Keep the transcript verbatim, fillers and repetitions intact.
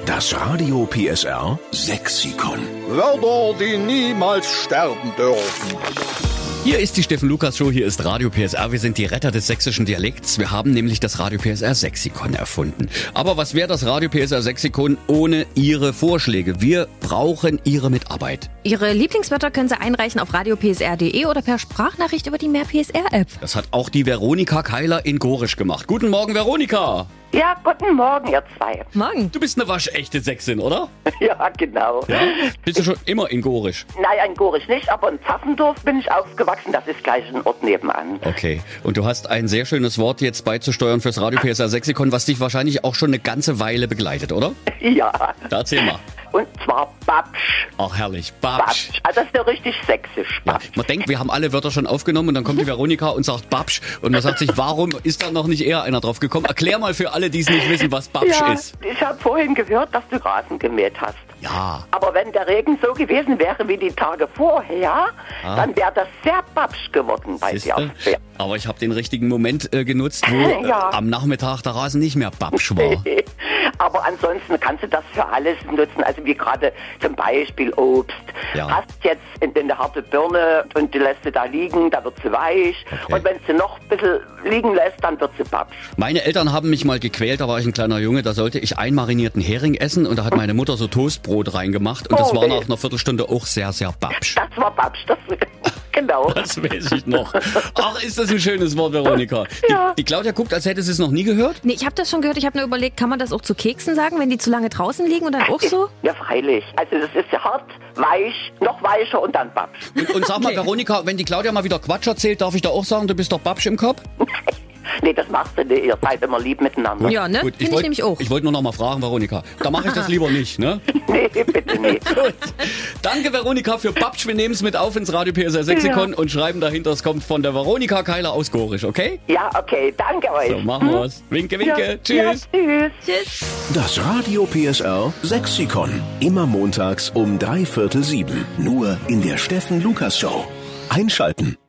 Das Radio P S R Sexikon. Wörter, die niemals sterben dürfen. Hier ist die Steffen Lukas Show, hier ist Radio P S R. Wir sind die Retter des sächsischen Dialekts. Wir haben nämlich das Radio P S R Sexikon erfunden. Aber was wäre das Radio P S R Sexikon ohne Ihre Vorschläge? Wir brauchen Ihre Mitarbeit. Ihre Lieblingswörter können Sie einreichen auf radio p s r punkt d e oder per Sprachnachricht über die Mehr P S R App. Das hat auch die Veronika Keiler in Gorisch gemacht. Guten Morgen, Veronika. Ja, guten Morgen, ihr zwei. Morgen. Du bist eine waschechte Sächsin, oder? Ja, genau. Ja? Bist du schon immer in Gorisch? Naja, in Gorisch nicht, aber in Pfaffendorf bin ich aufgewachsen. Das ist gleich ein Ort nebenan. Okay. Und du hast ein sehr schönes Wort jetzt beizusteuern fürs Radio P S R Sexikon, was dich wahrscheinlich auch schon eine ganze Weile begleitet, oder? Ja. Da erzähl mal. Und zwar Babsch. Ach, herrlich. Babsch. Babsch. Also das ist ja richtig sächsisch. Ja, Babsch. man denkt, wir haben alle Wörter schon aufgenommen und dann kommt die Veronika und sagt Babsch. Und man sagt sich, warum ist da noch nicht eher einer drauf gekommen? Erklär mal für alle, die es nicht wissen, was Babsch Ja, ist. ich habe vorhin gehört, dass du Rasen gemäht hast. Ja. Aber wenn der Regen so gewesen wäre wie die Tage vorher, Ah. dann wäre das sehr babsch geworden bei dir. Siehste? Ja. Aber ich habe den richtigen Moment äh, genutzt, wo äh, Ja. am Nachmittag der Rasen nicht mehr Babsch war. Aber ansonsten kannst du das für alles nutzen. Also wie gerade zum Beispiel Obst. Ja. Hast jetzt in, in der harte Birne und die lässt du da liegen, da wird sie weich. Okay. Und wenn sie noch ein bisschen liegen lässt, dann wird sie babsch. Meine Eltern haben mich mal gequält, da war ich ein kleiner Junge, da sollte ich einmarinierten Hering essen und da hat meine Mutter so Toastbrot reingemacht und das Oh, war weh. nach einer Viertelstunde auch sehr, sehr babsch. Das war babsch, das genau. Das weiß ich noch. Ach, ist das ein schönes Wort, Veronika. Die, Ja. die Claudia guckt, als hätte sie es noch nie gehört. Nee, ich habe das schon gehört. Ich habe nur überlegt, kann man das auch zu Keksen sagen, wenn die zu lange draußen liegen und dann auch so? Ja, freilich. Also das ist ja hart, weich, noch weicher und dann babsch. Und, und sag mal, Veronika, wenn die Claudia mal wieder Quatsch erzählt, darf ich da auch sagen, du bist doch babsch im Kopf? Nee, das machst du nicht. Ihr seid immer lieb miteinander. Ja, ne? Gut, Finde ich wollt- nämlich auch. Ich wollte nur noch mal fragen, Veronika. Da mache ich das lieber nicht, ne? Nee, bitte nicht. Gut. Danke, Veronika, für Babsch. Wir nehmen es mit auf ins Radio P S R Sexikon und schreiben dahinter, es kommt von der Veronika Keiler aus Gorisch, okay? Ja, okay, danke euch. So, machen wir's. Winke, winke. Ja, Tschüss. Ja, tschüss. Tschüss. Das Radio P S R Sexikon. Immer montags um drei Viertel sieben. Nur in der Steffen Lukas Show. Einschalten.